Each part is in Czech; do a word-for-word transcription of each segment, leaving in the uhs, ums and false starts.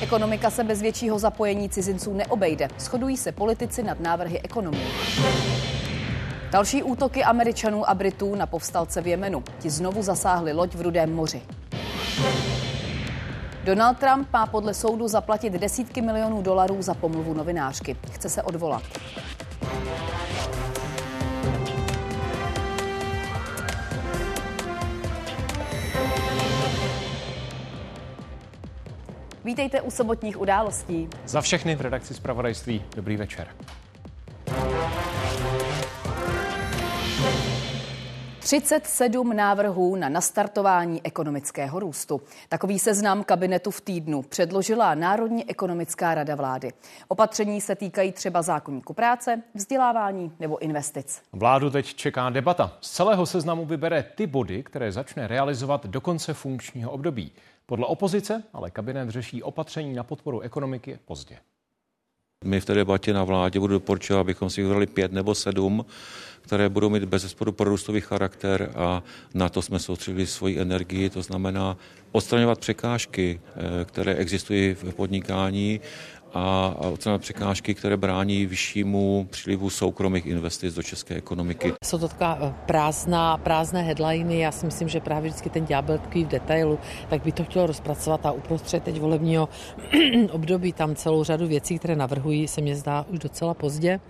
Ekonomika se bez většího zapojení cizinců neobejde. Shodují se politici nad návrhy ekonomů. Další útoky Američanů a Britů na povstalce v Jemenu. Ti znovu zasáhli loď v Rudém moři. Donald Trump má podle soudu zaplatit desítky milionů dolarů za pomluvu novinářky. Chce se odvolat. Vítejte u sobotních událostí. Za všechny v redakci Zpravodajství dobrý večer. třicet sedm návrhů na nastartování ekonomického růstu. Takový seznam kabinetu v týdnu předložila Národní ekonomická rada vlády. Opatření se týkají třeba zákoníku práce, vzdělávání nebo investic. Vládu teď čeká debata. Z celého seznamu vybere ty body, které začne realizovat do konce funkčního období. Podle opozice ale kabinet řeší opatření na podporu ekonomiky pozdě. My v té debatě na vládě budu doporučovat, abychom si vybrali pět nebo sedm, které budou mít bezesporu prorůstový charakter a na to jsme soustředili svoji energii, to znamená odstraňovat překážky, které existují v podnikání a odstraňovat překážky, které brání vyššímu přílivu soukromých investic do české ekonomiky. Jsou to taková prázdná, prázdné headliny, já si myslím, že právě vždycky ten ďábel tkví v detailu, tak by to chtělo rozpracovat a uprostřed teď volebního období tam celou řadu věcí, které navrhují, se mně zdá už docela pozdě.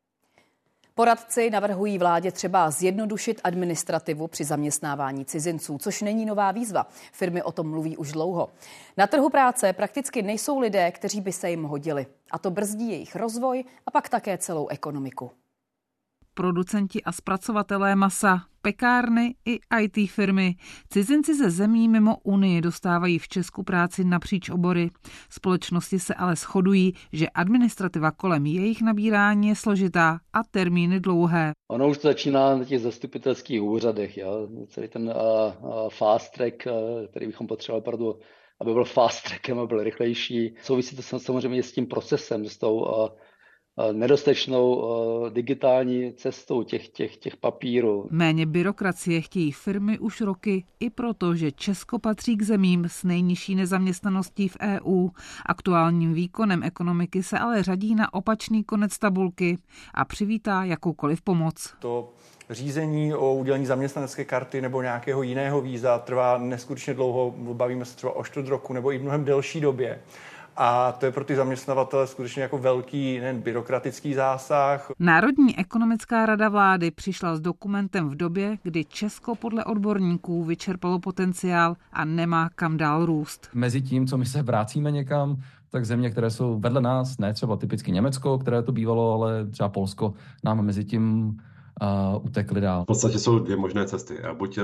Poradci navrhují vládě třeba zjednodušit administrativu při zaměstnávání cizinců, což není nová výzva. Firmy o tom mluví už dlouho. Na trhu práce prakticky nejsou lidé, kteří by se jim hodili. A to brzdí jejich rozvoj a pak také celou ekonomiku. Producenti a zpracovatelé masa, pekárny i í té firmy. Cizinci ze zemí mimo Unii dostávají v Česku práci napříč obory. Společnosti se ale shodují, že administrativa kolem jejich nabírání je složitá a termíny dlouhé. Ono už to začíná na těch zastupitelských úřadech. Jo? Celý ten uh, uh, fast track, uh, který bychom potřebovali, opravdu, aby byl fast trackem, aby byl rychlejší. Souvisí to samozřejmě s tím procesem, s tou uh, nedostatečnou uh, digitální cestou těch, těch, těch papírů. Méně byrokracie chtějí firmy už roky i proto, že Česko patří k zemím s nejnižší nezaměstnaností v é ú. Aktuálním výkonem ekonomiky se ale řadí na opačný konec tabulky a přivítá jakoukoliv pomoc. To řízení o udělení zaměstnanecké karty nebo nějakého jiného víza trvá neskutečně dlouho, bavíme se třeba o čtvrt roku nebo i v mnohem delší době. A to je pro ty zaměstnavatele skutečně jako velký nejen byrokratický zásah. Národní ekonomická rada vlády přišla s dokumentem v době, kdy Česko podle odborníků vyčerpalo potenciál a nemá kam dál růst. Mezi tím, co my se vracíme někam, tak země, které jsou vedle nás, ne třeba typicky Německo, které to bývalo, ale třeba Polsko, nám mezi tím Uh, utekli dál. V podstatě jsou dvě možné cesty. Buď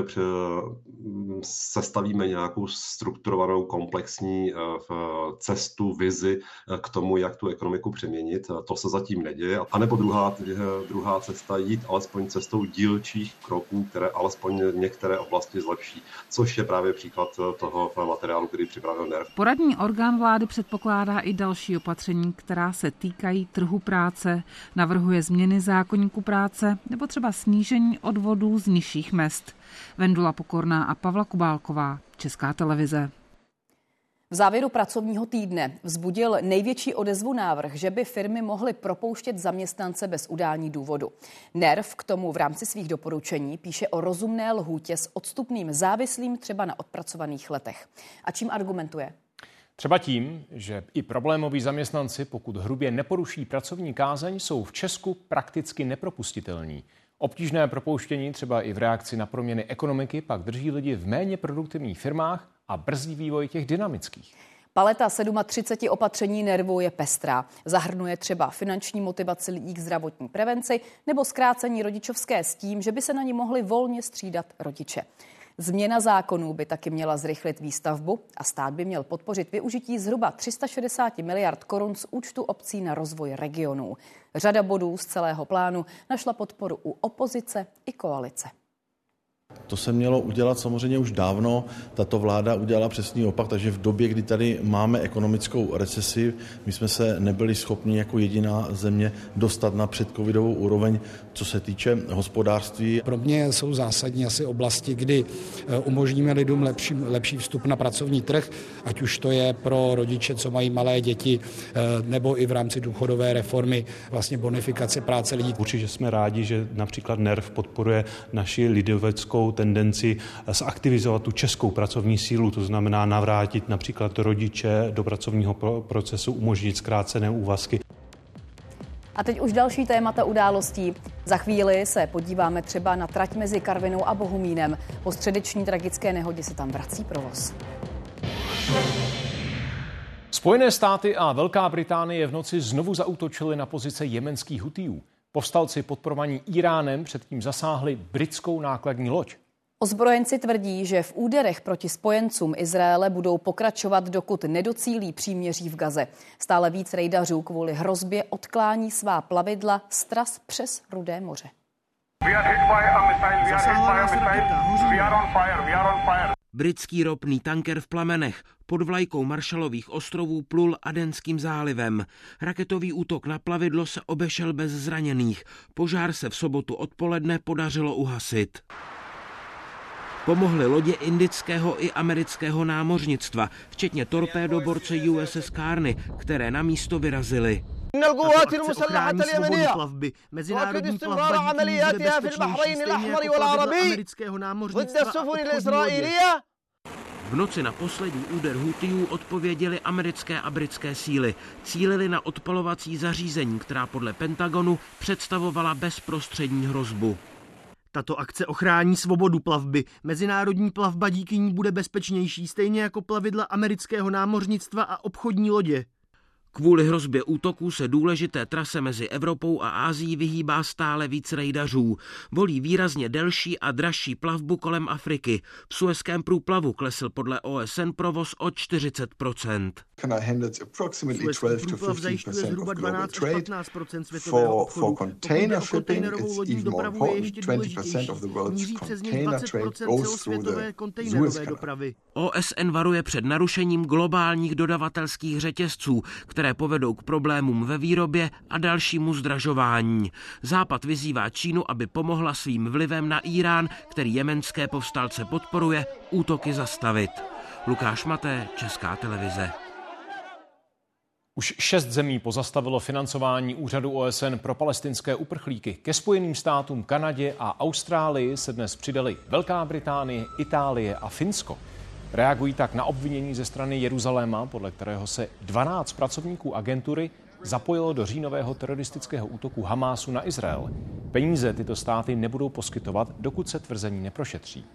sestavíme nějakou strukturovanou komplexní uh, cestu, vizi uh, k tomu, jak tu ekonomiku přeměnit. To se zatím neděje. A nebo druhá, druhá cesta jít alespoň cestou dílčích kroků, které alespoň některé oblasti zlepší. Což je právě příklad toho materiálu, který připravil NERV. Poradní orgán vlády předpokládá i další opatření, která se týkají trhu práce. Navrhuje změny zákoníku práce nebo třeba snížení odvodů z nižších mezd. Vendula Pokorná a Pavla Kubálková, Česká televize. V závěru pracovního týdne vzbudil největší odezvu návrh, že by firmy mohly propouštět zaměstnance bez udání důvodu. NERV k tomu v rámci svých doporučení píše o rozumné lhůtě s odstupným závislým třeba na odpracovaných letech. A čím argumentuje? Třeba tím, že i problémoví zaměstnanci, pokud hrubě neporuší pracovní kázeň, jsou v Česku prakticky nepropustitelní. Obtížné propouštění třeba i v reakci na proměny ekonomiky pak drží lidi v méně produktivních firmách a brzdí vývoj těch dynamických. Paleta třicet sedm opatření NERVu je pestrá. Zahrnuje třeba finanční motivaci lidí k zdravotní prevenci nebo zkrácení rodičovské s tím, že by se na ní mohli volně střídat rodiče. Změna zákonů by taky měla zrychlit výstavbu a stát by měl podpořit využití zhruba tři sta šedesát miliard korun z účtu obcí na rozvoj regionů. Řada bodů z celého plánu našla podporu u opozice i koalice. To se mělo udělat samozřejmě už dávno, tato vláda udělala přesný opak, takže v době, kdy tady máme ekonomickou recesi, my jsme se nebyli schopni jako jediná země dostat na předcovidovou úroveň, co se týče hospodářství. Pro mě jsou zásadní asi oblasti, kdy umožníme lidem lepší, lepší vstup na pracovní trh, ať už to je pro rodiče, co mají malé děti, nebo i v rámci důchodové reformy vlastně bonifikace práce lidí. Určitě jsme rádi, že například N E R V podporuje naši lidoveckou tendenci zaktivizovat tu českou pracovní sílu, to znamená navrátit například rodiče do pracovního procesu, umožnit zkrácené úvazky. A teď už další témata událostí. Za chvíli se podíváme třeba na trať mezi Karvinou a Bohumínem. Po středeční tragické nehodě se tam vrací provoz. Spojené státy a Velká Británie v noci znovu zaútočily na pozice jemenských Hutijů. Povstalci podporovaní Íránem předtím zasáhli britskou nákladní loď. Ozbrojenci tvrdí, že v úderech proti spojencům Izraele budou pokračovat, dokud nedocílí příměří v Gaze. Stále víc rejdařů kvůli hrozbě odklání svá plavidla z tras přes Rudé moře. Britský ropný tanker v plamenech pod vlajkou Marshallových ostrovů plul Adenským zálivem. Raketový útok na plavidlo se obešel bez zraněných. Požár se v sobotu odpoledne podařilo uhasit. Pomohly lodě indického i amerického námořnictva, včetně torpédoborce U S S Carney, které na místo vyrazily. Tato akce ochrání svobodu plavby. Mezinárodní plavba díky ní bude bezpečnější, stejně jako plavidla amerického námořnictva a obchodní lodě. V noci na poslední úder Hutijů odpověděly americké a britské síly. Cílili na odpalovací zařízení, která podle Pentagonu představovala bezprostřední hrozbu. Tato akce ochrání svobodu plavby. Mezinárodní plavba díky ní bude bezpečnější, stejně jako plavidla amerického námořnictva a obchodní lodě. Kvůli hrozbě útoků se důležité trase mezi Evropou a Asií vyhýbá stále víc rejdařů. Volí výrazně delší a dražší plavbu kolem Afriky. V Suezském průplavu klesl podle O S N provoz o čtyřicet procent. Suezský průplav zajišťuje zhruba dvanáct až patnáct procent světového obchodu. Pokud jde o kontejnerovou lodní dopravu, je ještě důležitější. Míří přes něj dvacet procent celosvětové kontejnerové dopravy. O S N varuje před narušením globálních dodavatelských řetězců, které povedou k problémům ve výrobě a dalšímu zdražování. Západ vyzývá Čínu, aby pomohla svým vlivem na Írán, který jemenské povstalce podporuje, útoky zastavit. Lukáš Maté, Česká televize. Už šest zemí pozastavilo financování úřadu O S N pro palestinské uprchlíky. Ke Spojeným státům, Kanadě a Austrálii se dnes přidali Velká Británie, Itálie a Finsko. Reagují tak na obvinění ze strany Jeruzaléma, podle kterého se dvanáct pracovníků agentury zapojilo do říjnového teroristického útoku Hamásu na Izrael. Peníze tyto státy nebudou poskytovat, dokud se tvrzení neprošetří.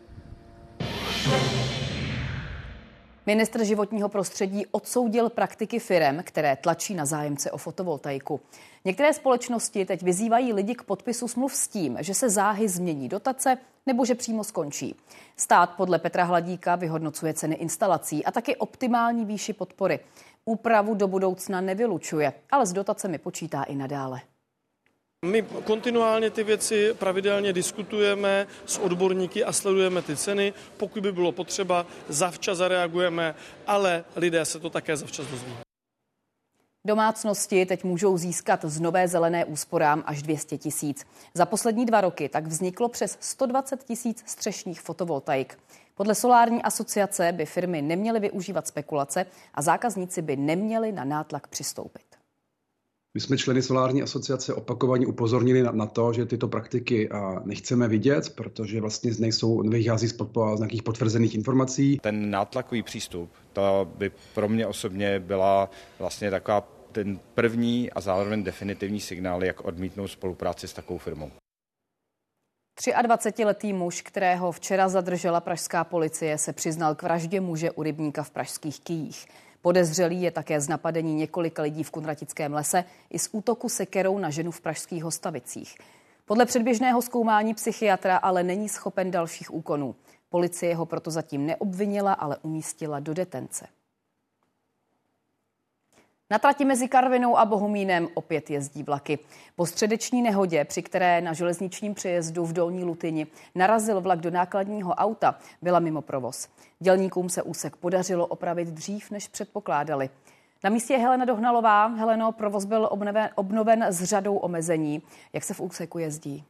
Ministr životního prostředí odsoudil praktiky firem, které tlačí na zájemce o fotovoltaiku. Některé společnosti teď vyzývají lidi k podpisu smluv s tím, že se záhy změní dotace nebo že přímo skončí. Stát podle Petra Hladíka vyhodnocuje ceny instalací a taky optimální výši podpory. Úpravu do budoucna nevylučuje, ale s dotacemi počítá i nadále. My kontinuálně ty věci pravidelně diskutujeme s odborníky a sledujeme ty ceny. Pokud by bylo potřeba, zavčas zareagujeme, ale lidé se to také zavčas dozví. Domácnosti teď můžou získat z Nové zelené úsporám až dvě stě tisíc. Za poslední dva roky tak vzniklo přes sto dvacet tisíc střešních fotovoltaik. Podle Solární asociace by firmy neměly využívat spekulace a zákazníci by neměli na nátlak přistoupit. My jsme členy Solární asociace opakovaně upozornili na, na to, že tyto praktiky a, nechceme vidět, protože vlastně nejsou, nevychází z, podpo, z nějakých potvrzených informací. Ten nátlakový přístup, to by pro mě osobně byla vlastně taková ten první a zároveň definitivní signál, jak odmítnout spolupráci s takovou firmou. dvacetiletý muž, kterého včera zadržela pražská policie, se přiznal k vraždě muže u rybníka v pražských Kyjích. Podezřelý je také z napadení několika lidí v Kunratickém lese i z útoku sekerou na ženu v pražských Hostavicích. Podle předběžného zkoumání psychiatra ale není schopen dalších úkonů. Policie ho proto zatím neobvinila, ale umístila do detence. Na trati mezi Karvinou a Bohumínem opět jezdí vlaky. Po středeční nehodě, při které na železničním přejezdu v Dolní Lutyni narazil vlak do nákladního auta, byla mimo provoz. Dělníkům se úsek podařilo opravit dřív, než předpokládali. Na místě je Helena Dohnalová. Heleno, provoz byl obnoven, obnoven s řadou omezení. Jak se v úseku jezdí?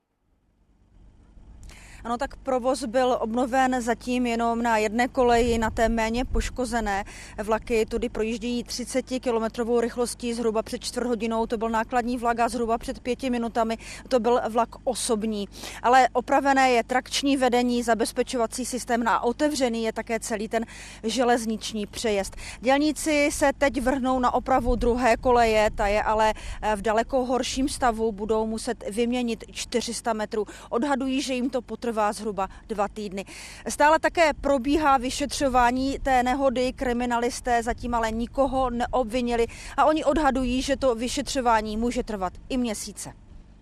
Ano, tak provoz byl obnoven zatím jenom na jedné koleji, na té méně poškozené. Vlaky tudy projíždějí třicetikilometrovou rychlostí zhruba před čtvrt hodinou. To byl nákladní vlak a zhruba před pěti minutami to byl vlak osobní. Ale opravené je trakční vedení, zabezpečovací systém a otevřený je také celý ten železniční přejezd. Dělníci se teď vrhnou na opravu druhé koleje, ta je ale v daleko horším stavu, budou muset vyměnit čtyři sta metrů. Odhadují, že jim to potrvá trvá zhruba dva týdny. Stále také probíhá vyšetřování té nehody, kriminalisté zatím ale nikoho neobvinili a oni odhadují, že to vyšetřování může trvat i měsíce.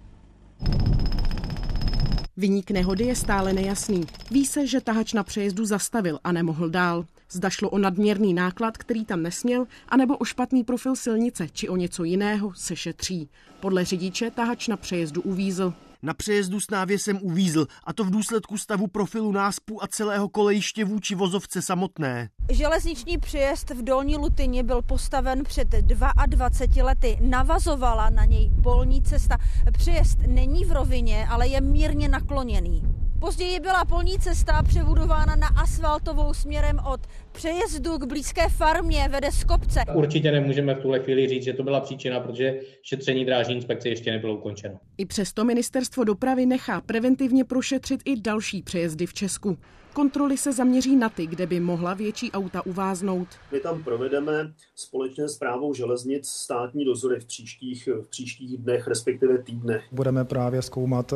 Viník nehody je stále nejasný. Ví se, že tahač na přejezdu zastavil a nemohl dál. Zda šlo o nadměrný náklad, který tam nesměl, anebo o špatný profil silnice, či o něco jiného, se šetří. Podle řidiče tahač na přejezdu uvízl. Na přejezdu s návěsem uvízl, a to v důsledku stavu profilu náspu a celého kolejiště vůči vozovce samotné. Železniční přejezd v Dolní Lutyni byl postaven před dvaceti dvěma lety. Navazovala na něj polní cesta. Přejezd není v rovině, ale je mírně nakloněný. Později byla polní cesta přebudována na asfaltovou směrem od přejezdu k blízké farmě, vede z kopce. Určitě nemůžeme v tuhle chvíli říct, že to byla příčina, protože šetření drážní inspekce ještě nebylo ukončeno. I přesto ministerstvo dopravy nechá preventivně prošetřit i další přejezdy v Česku. Kontroly se zaměří na ty, kde by mohla větší auta uváznout. My tam provedeme společně s Správou železnic státní dozory v příštích, v příštích dnech, respektive týdnech. Budeme právě zkoumat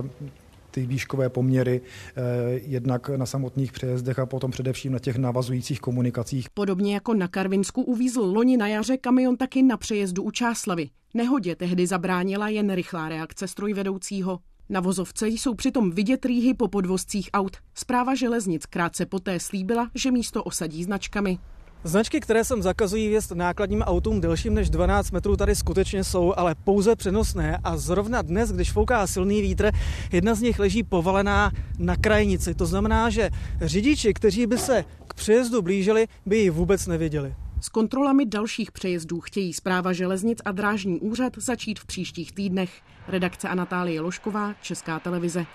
ty výškové poměry jednak na samotných přejezdech a potom především na těch navazujících komunikacích. Podobně jako na Karvinsku uvízl loni na jaře kamion taky na přejezdu u Čáslavy. Nehodě tehdy zabránila jen rychlá reakce strojvedoucího. Na vozovce jsou přitom vidět rýhy po podvozcích aut. Správa železnic krátce poté slíbila, že místo osadí značkami. Značky, které sem zakazují vjezd nákladním autům delším než dvanáct metrů, tady skutečně jsou, ale pouze přenosné. A zrovna dnes, když fouká silný vítr, jedna z nich leží povalená na krajnici. To znamená, že řidiči, kteří by se k přejezdu blížili, by ji vůbec neviděli. S kontrolami dalších přejezdů chtějí Správa železnic a Drážní úřad začít v příštích týdnech. Redakce Natálie Lošková, Česká televize.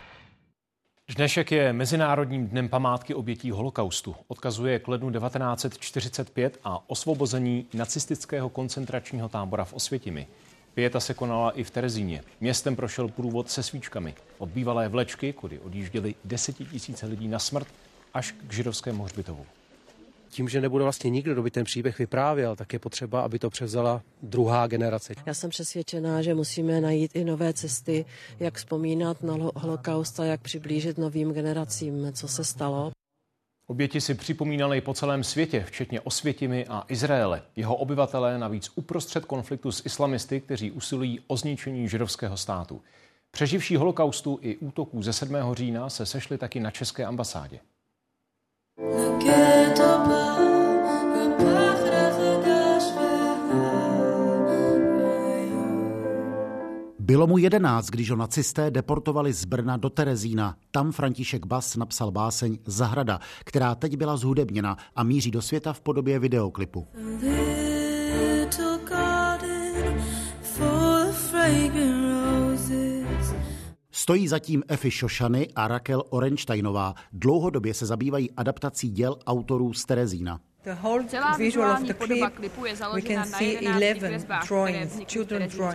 Dnešek je Mezinárodním dnem památky obětí holokaustu. Odkazuje k lednu devatenáct set čtyřicet pět a osvobození nacistického koncentračního tábora v Osvětimi. Pieta se konala i v Terezíně. Městem prošel průvod se svíčkami. Od bývalé vlečky, kudy odjížděli desetitisíce lidí na smrt, až k židovskému hřbitovu. Tím, že nebude vlastně nikdo, kdo by ten příběh vyprávěl, tak je potřeba, aby to převzala druhá generace. Já jsem přesvědčená, že musíme najít i nové cesty, jak vzpomínat na holokaust a jak přiblížit novým generacím, co se stalo. Oběti si připomínali po celém světě, včetně Osvětimi a Izraele. Jeho obyvatelé navíc uprostřed konfliktu s islamisty, kteří usilují o zničení židovského státu. Přeživší holokaustu i útoků ze sedmého října se sešli taky na české ambasádě. Bylo mu jedenáct, když ho nacisté deportovali z Brna do Terezína. Tam František Bas napsal báseň Zahrada, která teď byla zhudebněna a míří do světa v podobě videoklipu. Stojí zatím Efi Šošany a Raquel Orensteinová. Dlouhodobě se zabývají adaptací děl autorů z Terezína. Celá vizuální podoba klipu je založena na jedenácti kresbách, které vznikly v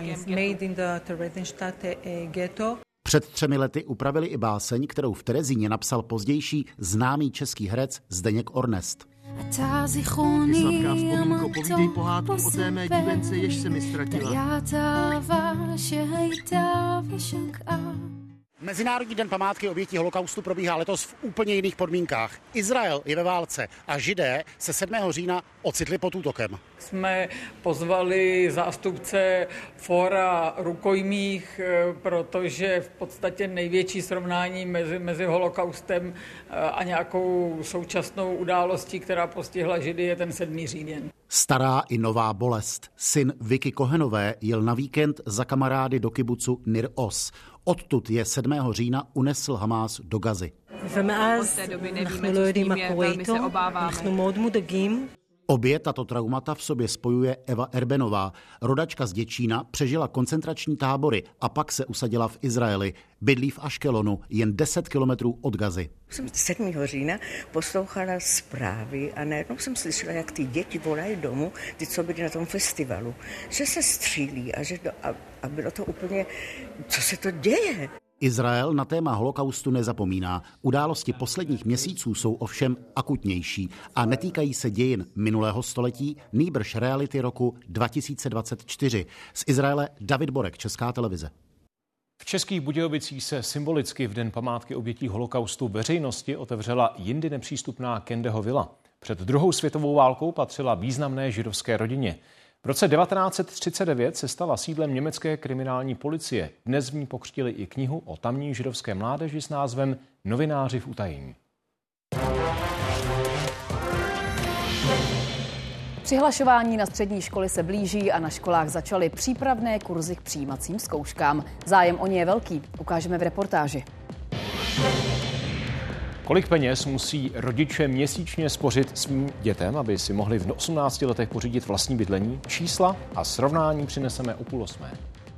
terezínském ghettu. Před třemi lety upravili i báseň, kterou v Terezíně napsal pozdější známý český herec Zdeněk Ornest. Sladká vzpomínko, povídej pohádku o té mé dívence, jež se mi ztratila. Mezinárodní den památky obětí holokaustu probíhá letos v úplně jiných podmínkách. Izrael je ve válce a Židé se sedmého října ocitli pod útokem. Jsme pozvali zástupce Fóra rukojmích, protože v podstatě největší srovnání mezi, mezi holokaustem a nějakou současnou událostí, která postihla Židy, je ten sedmý říjen. Stará i nová bolest. Syn Vicky Kohenové jel na víkend za kamarády do kibucu Nir Oz. Odtud je sedmého října unesl Hamás do Gazy. Od té doby nevíme, co s ním je, velmi se obáváme. Obě tato traumata v sobě spojuje Eva Erbenová. Rodačka z Děčína přežila koncentrační tábory a pak se usadila v Izraeli. Bydlí v Aškelonu, jen deset kilometrů od Gazy. Jsem sedmého října poslouchala zprávy a najednou jsem slyšela, jak ty děti volají domů, ty, co byly na tom festivalu, že se střílí a, že to, a, a bylo to úplně, co se to děje? Izrael na téma holokaustu nezapomíná. Události posledních měsíců jsou ovšem akutnější a netýkají se dějin minulého století, nýbrž reality roku dva tisíce dvacet čtyři. Z Izraele David Borek, Česká televize. V Českých Budějovicích se symbolicky v den památky obětí holokaustu veřejnosti otevřela jindy nepřístupná Kendeho vila. Před druhou světovou válkou patřila významné židovské rodině. V roce devatenáct set třicet devět se stala sídlem německé kriminální policie. Dnes v ní pokřtili i knihu o tamní židovské mládeži s názvem Novináři v utajení. Přihlašování na střední školy se blíží a na školách začaly přípravné kurzy k přijímacím zkouškám. Zájem o ně je velký, ukážeme v reportáži. Kolik peněz musí rodiče měsíčně spořit svým dětem, aby si mohli v osmnácti letech pořídit vlastní bydlení? Čísla a srovnání přineseme o půl osmé.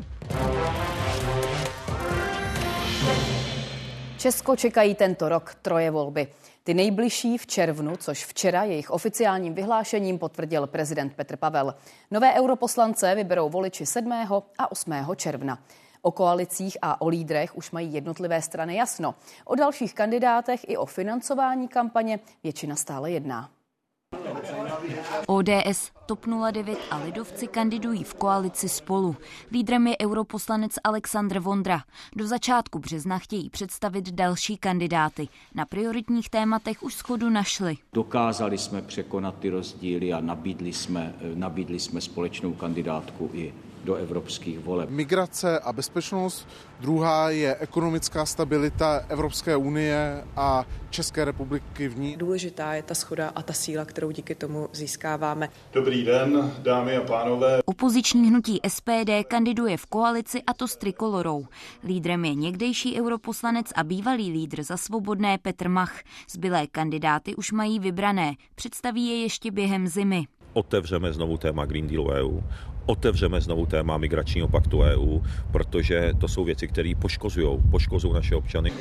Česko čekají tento rok troje volby. Ty nejbližší v červnu, což včera jejich oficiálním vyhlášením potvrdil prezident Petr Pavel. Nové europoslance vyberou voliči sedmého a osmého června. O koalicích a o lídrech už mají jednotlivé strany jasno. O dalších kandidátech i o financování kampaně většina stále jedná. O D S, TOP nula devět a lidovci kandidují v koalici Spolu. Lídrem je europoslanec Alexandr Vondra. Do začátku března chtějí představit další kandidáty. Na prioritních tématech už shodu našli. Dokázali jsme překonat ty rozdíly a nabídli jsme, nabídli jsme společnou kandidátku i do evropských voleb. Migrace a bezpečnost, druhá je ekonomická stabilita Evropské unie a České republiky v ní. Důležitá je ta shoda a ta síla, kterou díky tomu získáváme. Dobrý den, dámy a pánové. Opoziční hnutí S P D kandiduje v koalici, a to s Trikolorou. Lídrem je někdejší europoslanec a bývalý lídr Za svobodné Petr Mach. Zbylé kandidáty už mají vybrané, představí je ještě během zimy. Otevřeme znovu téma Green Dealu E U, otevřeme znovu téma migračního paktu E U, protože to jsou věci, které poškozují, poškozují naše občany.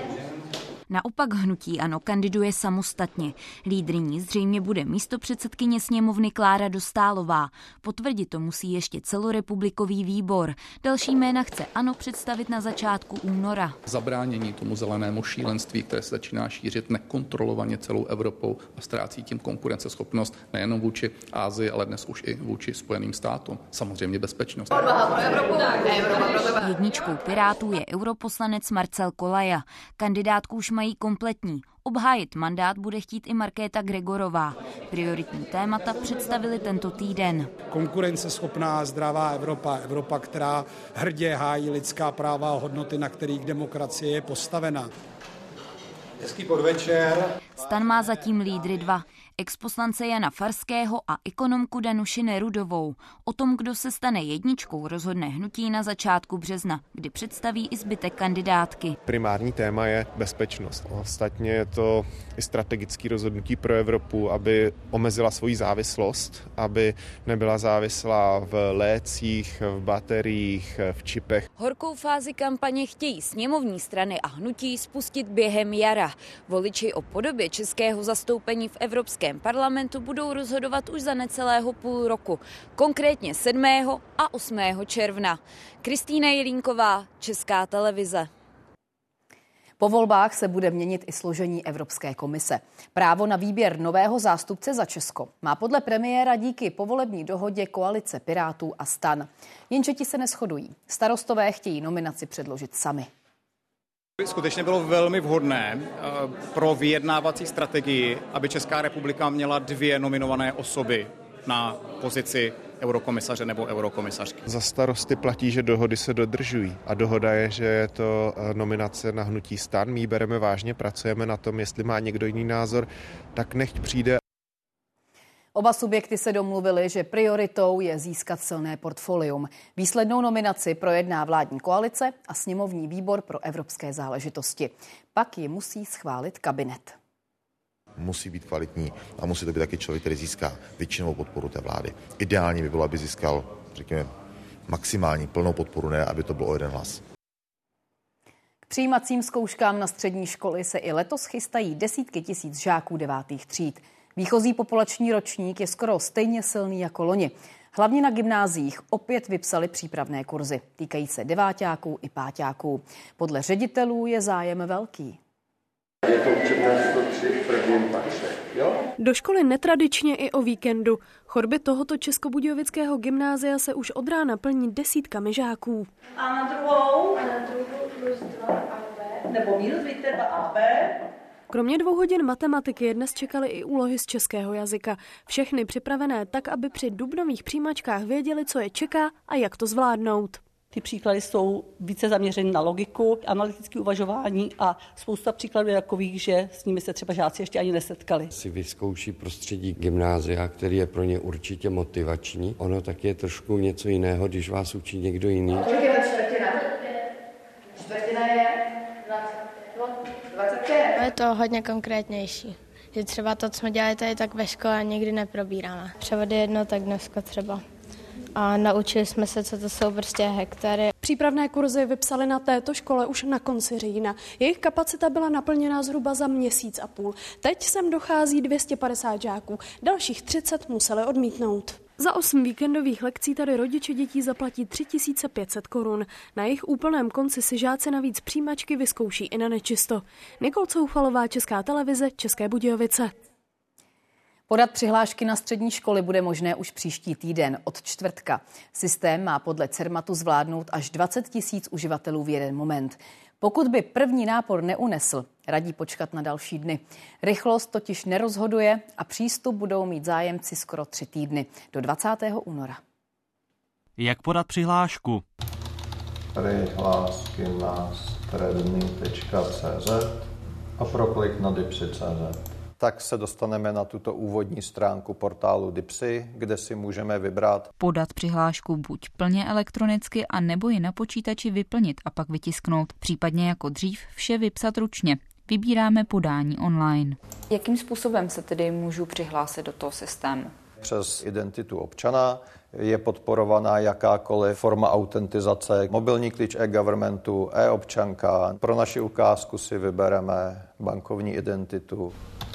Naopak hnutí ANO kandiduje samostatně. Lídryní zřejmě bude místopředsedkyně sněmovny Klára Dostálová. Potvrdit to musí ještě celorepublikový výbor. Další jména chce ANO představit na začátku února. Zabránění tomu zelenému šílenství, které se začíná šířit nekontrolovaně celou Evropou a ztrácí tím konkurenceschopnost nejenom vůči Asii, ale dnes už i vůči Spojeným státům. Samozřejmě bezpečnost. Jedničkou Pirátů je europoslanec Marcel Kolaja. Kandidátku už mají kompletní. Obhájit mandát bude chtít i Markéta Gregorová. Prioritní témata představili tento týden. Konkurenceschopná, zdravá Evropa, Evropa, která hrdě hájí lidská práva a hodnoty, na kterých demokracie je postavena. Hezký podvečer. Stan má zatím lídry dva. Exposlance Jana Farského a ekonomku Danuši Nerudovou. O tom, kdo se stane jedničkou, rozhodne hnutí na začátku března, kdy představí i zbytek kandidátky. Primární téma je bezpečnost. Ostatně je to i strategické rozhodnutí pro Evropu, aby omezila svoji závislost, aby nebyla závislá v lécích, v bateriích, v čipech. Horkou fázi kampaně chtějí sněmovní strany a hnutí spustit během jara. Voliči o podobě českého zastoupení v Evropské parlamentu budou rozhodovat už za necelého půl roku, konkrétně sedmého a osmého června. Kristýna Jelínková, Česká televize. Po volbách se bude měnit i složení Evropské komise. Právo na výběr nového zástupce za Česko má podle premiéra díky povolební dohodě koalice Pirátů a Stan. Jenže ti se neshodují. Starostové chtějí nominaci předložit sami. Skutečně bylo velmi vhodné pro vyjednávací strategii, aby Česká republika měla dvě nominované osoby na pozici eurokomisaře nebo eurokomisařky. Za Starosty platí, že dohody se dodržují a dohoda je, že je to nominace na hnutí STAN. My ji bereme vážně, pracujeme na tom, jestli má někdo jiný názor, tak nechť přijde. Oba subjekty se domluvily, že prioritou je získat silné portfolium. Výslednou nominaci projedná vládní koalice a sněmovní výbor pro evropské záležitosti. Pak ji musí schválit kabinet. Musí být kvalitní a musí to být taky člověk, který získá většinovou podporu té vlády. Ideální by bylo, aby získal, řekněme, maximální plnou podporu, ne aby to bylo o jeden hlas. K přijímacím zkouškám na střední školy se i letos chystají desítky tisíc žáků devátých tříd. Výchozí populační ročník je skoro stejně silný jako loni. Hlavně na gymnáziích opět vypsali přípravné kurzy. Týkají se deváťáků i páťáků. Podle ředitelů je zájem velký. Je to přednáško tři v prvním patře, jo? Do školy netradičně i o víkendu. Chodby tohoto českobudějovického gymnázia se už od rána plní desítkami žáků. A na druhou? A na druhou plus dva A B. Nebo minus, víte, dva A B. Kromě dvou hodin matematiky je dnes čekaly i úlohy z českého jazyka. Všechny připravené tak, aby při dubnových přijímačkách věděli, co je čeká a jak to zvládnout. Ty příklady jsou více zaměřeny na logiku, analytické uvažování a spousta příkladů je takových, že s nimi se třeba žáci ještě ani nesetkali. Si vyzkouší prostředí gymnázia, který je pro ně určitě motivační. Ono tak je trošku něco jiného, když vás učí někdo jiný. Kolik je čtvrtina? Čtvrtina je dvacet pět. Je to hodně konkrétnější. Že třeba to, co jsme dělali tady, tak ve škole nikdy neprobíráme. Převody jedno, tak dneska třeba. A naučili jsme se, co to jsou prostě hektary. Přípravné kurzy vypsali na této škole už na konci října. Jejich kapacita byla naplněná zhruba za měsíc a půl. Teď sem dochází dvě stě padesát žáků. Dalších třicet museli odmítnout. Za osm víkendových lekcí tady rodiče dětí zaplatí tři tisíce pět set korun. Na jejich úplném konci si žáci navíc přijímačky vyzkouší i na nečisto. Nikol Coufalová, Česká televize, České Budějovice. Podat přihlášky na střední školy bude možné už příští týden od čtvrtka. Systém má podle Cermatu zvládnout až dvacet tisíc uživatelů v jeden moment. Pokud by první nápor neunesl, radí počkat na další dny. Rychlost totiž nerozhoduje a přístup budou mít zájemci skoro tři týdny, do dvacátého února. Jak podat přihlášku? Přihlásky na stredný tečka cé zet a proklik na dipsy tečka cé zet. Tak se dostaneme na tuto úvodní stránku portálu Dipsy, kde si můžeme vybrat. Podat přihlášku buď plně elektronicky, a nebo ji na počítači vyplnit a pak vytisknout. Případně jako dřív vše vypsat ručně. Vybíráme podání online. Jakým způsobem se tedy můžu přihlásit do toho systému? Přes identitu občana je podporovaná jakákoliv forma autentizace, mobilní klíč e-governmentu, e-občanka. Pro naši ukázku si vybereme bankovní identitu.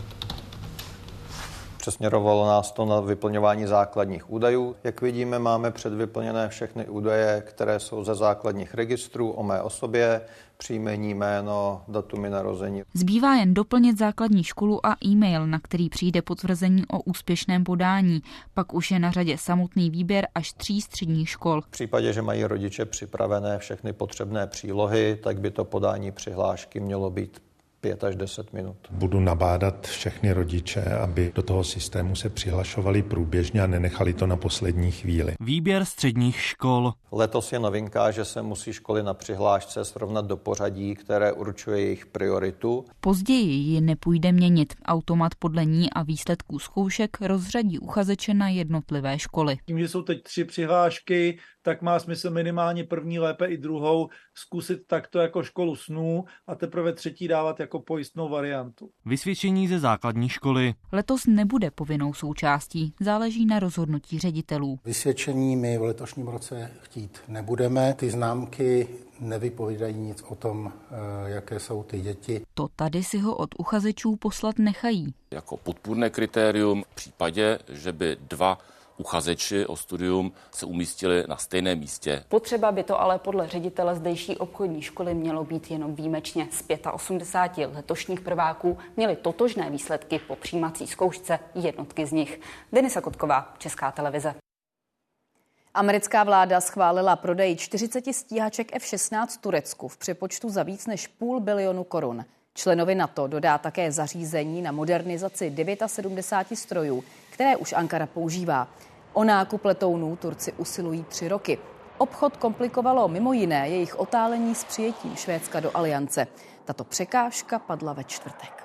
Přesměrovalo nás to na vyplňování základních údajů. Jak vidíme, máme předvyplněné všechny údaje, které jsou ze základních registrů o mé osobě, příjmení, jméno, datumy narození. Zbývá jen doplnit základní školu a e-mail, na který přijde potvrzení o úspěšném podání. Pak už je na řadě samotný výběr až tří středních škol. V případě, že mají rodiče připravené všechny potřebné přílohy, tak by to podání přihlášky mělo být pět až deset minut. Budu nabádat všechny rodiče, aby do toho systému se přihlašovali průběžně a nenechali to na poslední chvíli. Výběr středních škol. Letos je novinka, že se musí školy na přihlášce srovnat do pořadí, které určuje jejich prioritu. Později ji nepůjde měnit. Automat podle ní a výsledků zkoušek rozřadí uchazeče na jednotlivé školy. Tím, že jsou teď tři přihlášky, tak má smysl minimálně první, lépe i druhou zkusit takto jako školu snů a teprve třetí dávat jako pojistnou variantu. Vysvědčení ze základní školy. Letos nebude povinnou součástí, záleží na rozhodnutí ředitelů. Vysvědčení my v letošním roce chtít nebudeme. Ty známky nevypovídají nic o tom, jaké jsou ty děti. To tady si ho od uchazečů poslat nechají. Jako podpůrné kritérium v případě, že by dva uchazeči o studium se umístili na stejném místě. Potřeba by to ale podle ředitele zdejší obchodní školy mělo být jenom výjimečně. Z osmdesáti pěti letošních prváků měli totožné výsledky po přijímací zkoušce jednotky z nich. Denisa Kotková, Česká televize. Americká vláda schválila prodej čtyřicet stíhaček F šestnáct Turecku v přepočtu za víc než půl bilionu korun. Členovi NATO dodá také zařízení na modernizaci sedmdesát devět strojů, které už Ankara používá. O nákup letounů Turci usilují tři roky. Obchod komplikovalo mimo jiné jejich otálení s přijetím Švédska do aliance. Tato překážka padla ve čtvrtek.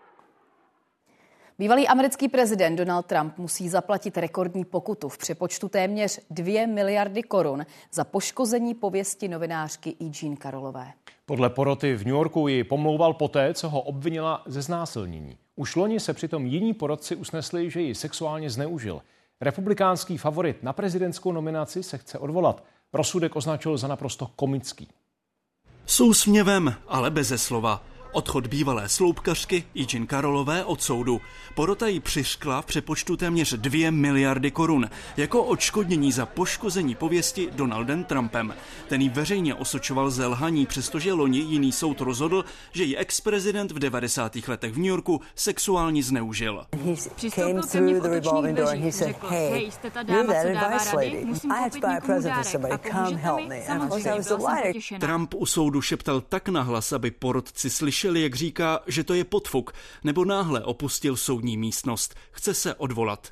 Bývalý americký prezident Donald Trump musí zaplatit rekordní pokutu v přepočtu téměř dvě miliardy korun za poškození pověsti novinářky E. Jean Carrollové. Podle poroty v New Yorku ji pomlouval poté, co ho obvinila ze znásilnění. Už loni se přitom jiní porotci usnesli, že ji sexuálně zneužil. Republikánský favorit na prezidentskou nominaci se chce odvolat. Rozsudek označil za naprosto komický. S úsměvem, ale beze slova. Odchod bývalé sloupkařky E. Jean Carrollové od soudu. Porota jí přiškla v přepočtu téměř dvě miliardy korun jako odškodnění za poškození pověsti Donaldem Trumpem. Ten jí veřejně osočoval ze lhaní, přestože loni jiný soud rozhodl, že ji ex-prezident v devadesátých letech v New Yorku sexuálně zneužil. Přistoupil ke mně v otočných dveřích, řekl, hej, jste ta dáma, co dává rady, musím koupit někomu dárek a pomůžete mi? Samozřejmě, byl jsem potěšená. Trump u soudu šeptal tak nahlas, aby porotci slyšeli, jak říká, že to je podfuk, nebo náhle opustil soudní místnost. Chce se odvolat.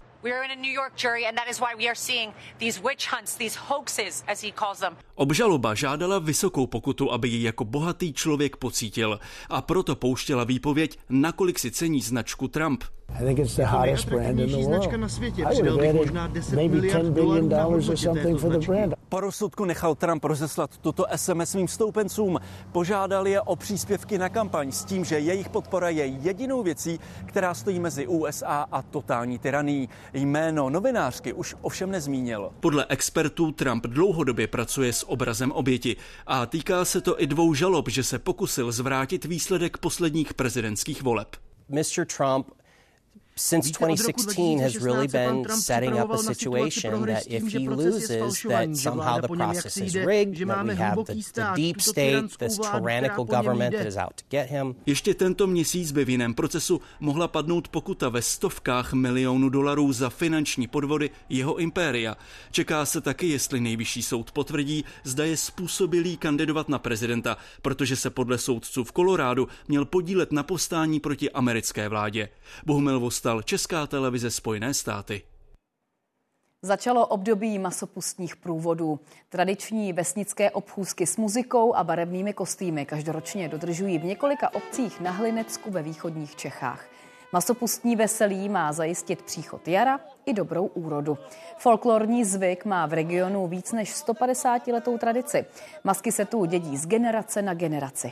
Obžaloba žádala vysokou pokutu, aby ji jako bohatý člověk pocítil, a proto pouštěla výpověď, nakolik si cení značku Trump. I think it's the hottest brand in the world. I would have added maybe ten billion dollars or something for the brand. Po rozsudku nechal Trump rozeslat tuto es em es svým stoupencům. Požádal je o příspěvky na kampaň s tím, že jejich podpora je jedinou věcí, která stojí mezi U S A a totální tyranií. Jméno novinářky už ovšem nezmínil. Podle expertů Trump dlouhodobě pracuje s obrazem oběti a týká se to i dvou žalob, že se pokusil zvrátit výsledek posledních prezidentských voleb. mister Trump since twenty sixteen has really been setting up a situation that if he loses, that somehow the process is rigged, that we have the, the deep state, this tyrannical government that is out to get him. Ještě tento měsíc by v jiném procesu mohla padnout pokuta ve stovkách milionů dolarů za finanční podvody jeho impéria. Čeká se taky, jestli nejvyšší soud potvrdí, zda je způsobilý kandidovat na prezidenta, protože se podle soudců v Kolorádu měl podílet na povstání proti americké vládě. Bohumil Vostal, Česká televize, Spojené státy. Začalo období masopustních průvodů. Tradiční vesnické obchůzky s muzikou a barevnými kostýmy každoročně dodržují v několika obcích na Hlinecku ve východních Čechách. Masopustní veselí má zajistit příchod jara i dobrou úrodu. Folklorní zvyk má v regionu víc než sto padesát letou tradici. Masky se tu dědí z generace na generaci.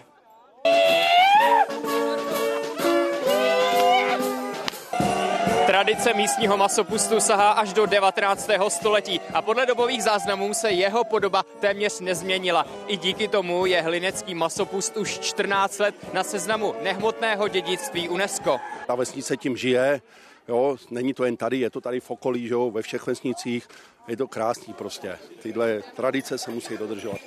Tradice místního masopustu sahá až do devatenáctého století a podle dobových záznamů se jeho podoba téměř nezměnila. I díky tomu je hlinecký masopust už čtrnáct let na seznamu nehmotného dědictví UNESCO. Ta vesnice tím žije, jo, není to jen tady, je to tady v okolí, jo, ve všech vesnicích, je to krásný prostě. Tyhle tradice se musí dodržovat.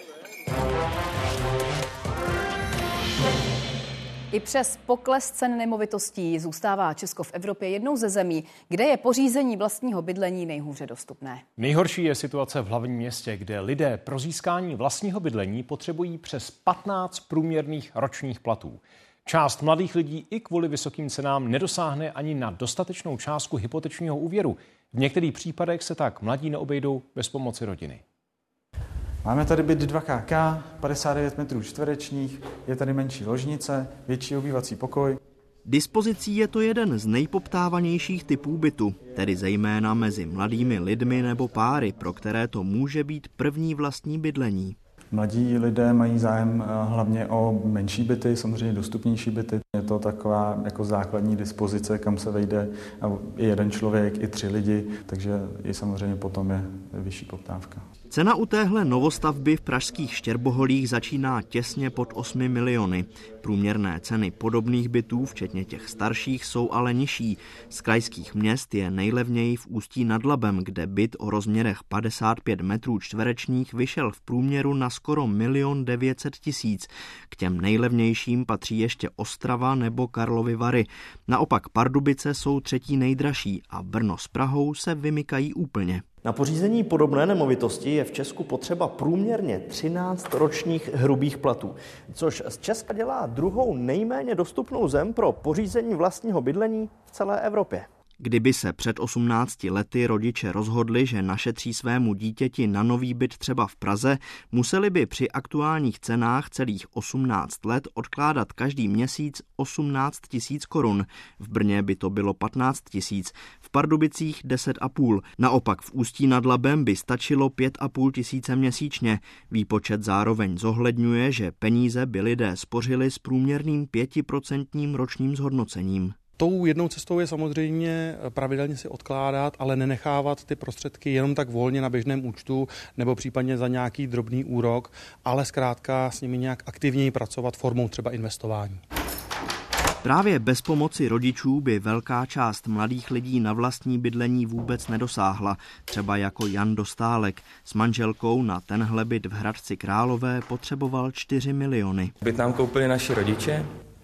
I přes pokles cen nemovitostí zůstává Česko v Evropě jednou ze zemí, kde je pořízení vlastního bydlení nejhůře dostupné. Nejhorší je situace v hlavním městě, kde lidé pro získání vlastního bydlení potřebují přes patnáct průměrných ročních platů. Část mladých lidí i kvůli vysokým cenám nedosáhne ani na dostatečnou částku hypotečního úvěru. V některých případech se tak mladí neobejdou bez pomoci rodiny. Máme tady byt dva ká ká, padesát devět metrů čtverečních, je tady menší ložnice, větší obývací pokoj. Dispozicí je to jeden z nejpoptávanějších typů bytu, tedy zejména mezi mladými lidmi nebo páry, pro které to může být první vlastní bydlení. Mladí lidé mají zájem hlavně o menší byty, samozřejmě dostupnější byty. Je to taková jako základní dispozice, kam se vejde i jeden člověk, i tři lidi, takže i samozřejmě potom je vyšší poptávka. Cena u téhle novostavby v pražských Štěrboholích začíná těsně pod osmi miliony. Průměrné ceny podobných bytů, včetně těch starších, jsou ale nižší. Z krajských měst je nejlevněji v Ústí nad Labem, kde byt o rozměrech padesát pět metrů čtverečních vyšel v průměru na skoro milion devět set tisíc. K těm nejlevnějším patří ještě Ostrava nebo Karlovy Vary. Naopak Pardubice jsou třetí nejdražší a Brno s Prahou se vymykají úplně. Na pořízení podobné nemovitosti je v Česku potřeba průměrně třináct ročních hrubých platů, což z Česka dělá druhou nejméně dostupnou zem pro pořízení vlastního bydlení v celé Evropě. Kdyby se před osmnácti lety rodiče rozhodli, že našetří svému dítěti na nový byt třeba v Praze, museli by při aktuálních cenách celých osmnáct let odkládat každý měsíc osmnáct tisíc korun. V Brně by to bylo patnáct tisíc, v Pardubicích deset a půl. Naopak v Ústí nad Labem by stačilo pět a půl tisíce měsíčně. Výpočet zároveň zohledňuje, že peníze by lidé spořili s průměrným pětiprocentním ročním zhodnocením. Tou jednou cestou je samozřejmě pravidelně si odkládat, ale nenechávat ty prostředky jenom tak volně na běžném účtu nebo případně za nějaký drobný úrok, ale zkrátka s nimi nějak aktivněji pracovat formou třeba investování. Právě bez pomoci rodičů by velká část mladých lidí na vlastní bydlení vůbec nedosáhla, třeba jako Jan Dostálek. S manželkou na tenhle byt v Hradci Králové potřeboval čtyři miliony. Byt nám koupili naši rodiče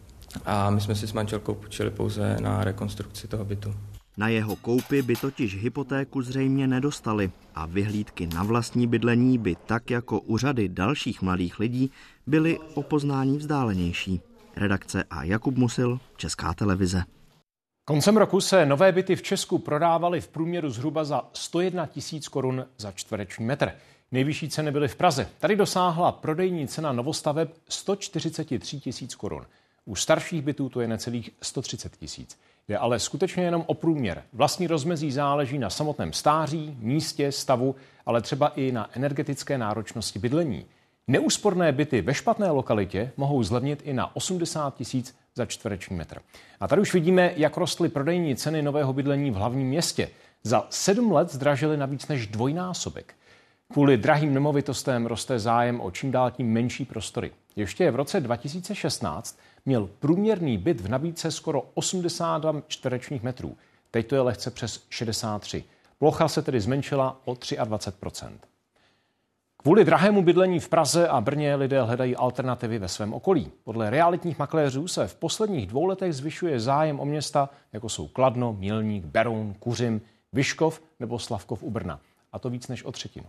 a my jsme si s manželkou půjčili pouze na rekonstrukci toho bytu. Na jeho koupi by totiž hypotéku zřejmě nedostali a vyhlídky na vlastní bydlení by tak jako u řady dalších mladých lidí byly o poznání vzdálenější. Redakce a Jakub Musil, Česká televize. Koncem roku se nové byty v Česku prodávaly v průměru zhruba za sto jedna tisíc korun za čtvereční metr. Nejvyšší ceny byly v Praze. Tady dosáhla prodejní cena novostaveb sto čtyřicet tři tisíc korun. U starších bytů to je necelých sto třicet tisíc. Jde ale skutečně jenom o průměr. Vlastní rozmezí záleží na samotném stáří, místě, stavu, ale třeba i na energetické náročnosti bydlení. Neúsporné byty ve špatné lokalitě mohou zlevnit i na osmdesát tisíc za čtvereční metr. A tady už vidíme, jak rostly prodejní ceny nového bydlení v hlavním městě. Za sedm let zdražily na víc než dvojnásobek. Kvůli drahým nemovitostem roste zájem o čím dál tím menší prostory. Ještě v roce dva tisíce šestnáct měl průměrný byt v nabídce skoro osmdesát dva čtverečních metrů. Teď to je lehce přes šedesát tři. Plocha se tedy zmenšila o dvacet tři procent. Kvůli drahému bydlení v Praze a Brně lidé hledají alternativy ve svém okolí. Podle realitních makléřů se v posledních dvou letech zvyšuje zájem o města, jako jsou Kladno, Mělník, Beroun, Kuřim, Vyškov nebo Slavkov u Brna. A to víc než o třetinu.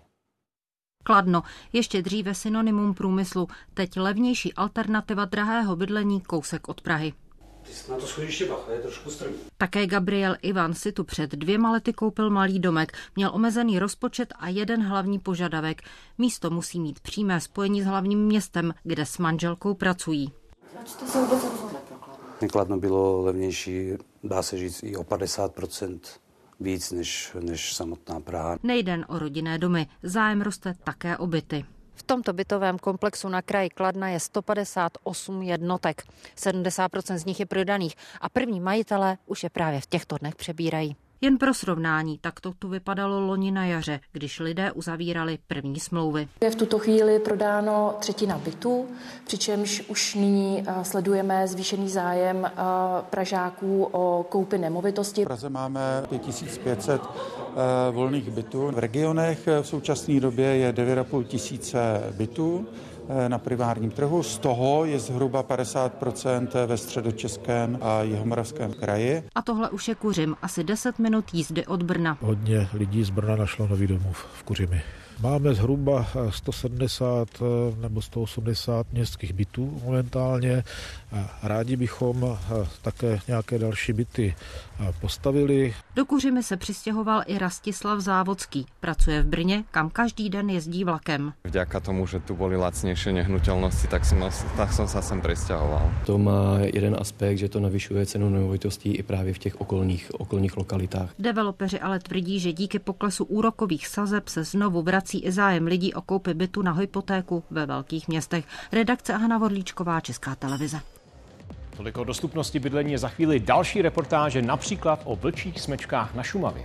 Kladno, ještě dříve synonymum průmyslu, teď levnější alternativa drahého bydlení kousek od Prahy. Na to schodiště bacha, je trošku strmý. Také Gabriel Ivan si tu před dvěma lety koupil malý domek, měl omezený rozpočet a jeden hlavní požadavek. Místo musí mít přímé spojení s hlavním městem, kde s manželkou pracují. Proč jste se vůbec rozhodli pro Kladno? Kladno bylo levnější, dá se říct, i o padesát procent. Víc než, než samotná Praha. Nejde jen o rodinné domy, zájem roste také o byty. V tomto bytovém komplexu na kraji Kladna je sto padesát osm jednotek. sedmdesát procent z nich je prodaných a první majitelé už je právě v těchto dnech přebírají. Jen pro srovnání, tak to tu vypadalo loni na jaře, když lidé uzavírali první smlouvy. Je v tuto chvíli prodáno třetina bytů, přičemž už nyní sledujeme zvýšený zájem Pražáků o koupi nemovitosti. V Praze máme pět tisíc pět set volných bytů. V regionech v současné době je devět a půl tisíce bytů na privátním trhu. Z toho je zhruba padesát procent ve středočeském a jihomoravském kraji. A tohle už je Kuřim, asi deset minut jízdy od Brna. Hodně lidí z Brna našlo nový domov v Kuřimi. Máme zhruba sto sedmdesát nebo sto osmdesát městských bytů momentálně. Rádi bychom také nějaké další byty postavili. Do Kuřimy se přistěhoval i Rastislav Závodský. Pracuje v Brně, kam každý den jezdí vlakem. Vďaka tomu, že tu boli lacnejšie nehnuteľnosti, tak som, tak som sa sem presťahoval. To má jeden aspekt, že to navyšuje cenu nemovitostí i právě v těch okolních, okolních lokalitách. Developeři ale tvrdí, že díky poklesu úrokových sazeb se znovu vrací i zájem lidí o koupi bytu na hypotéku ve velkých městech. Redakce Hana Vorlíčková, Česká televize. Toliko dostupnosti bydlení je za chvíli další reportáže, například o vlčích smečkách na Šumavě.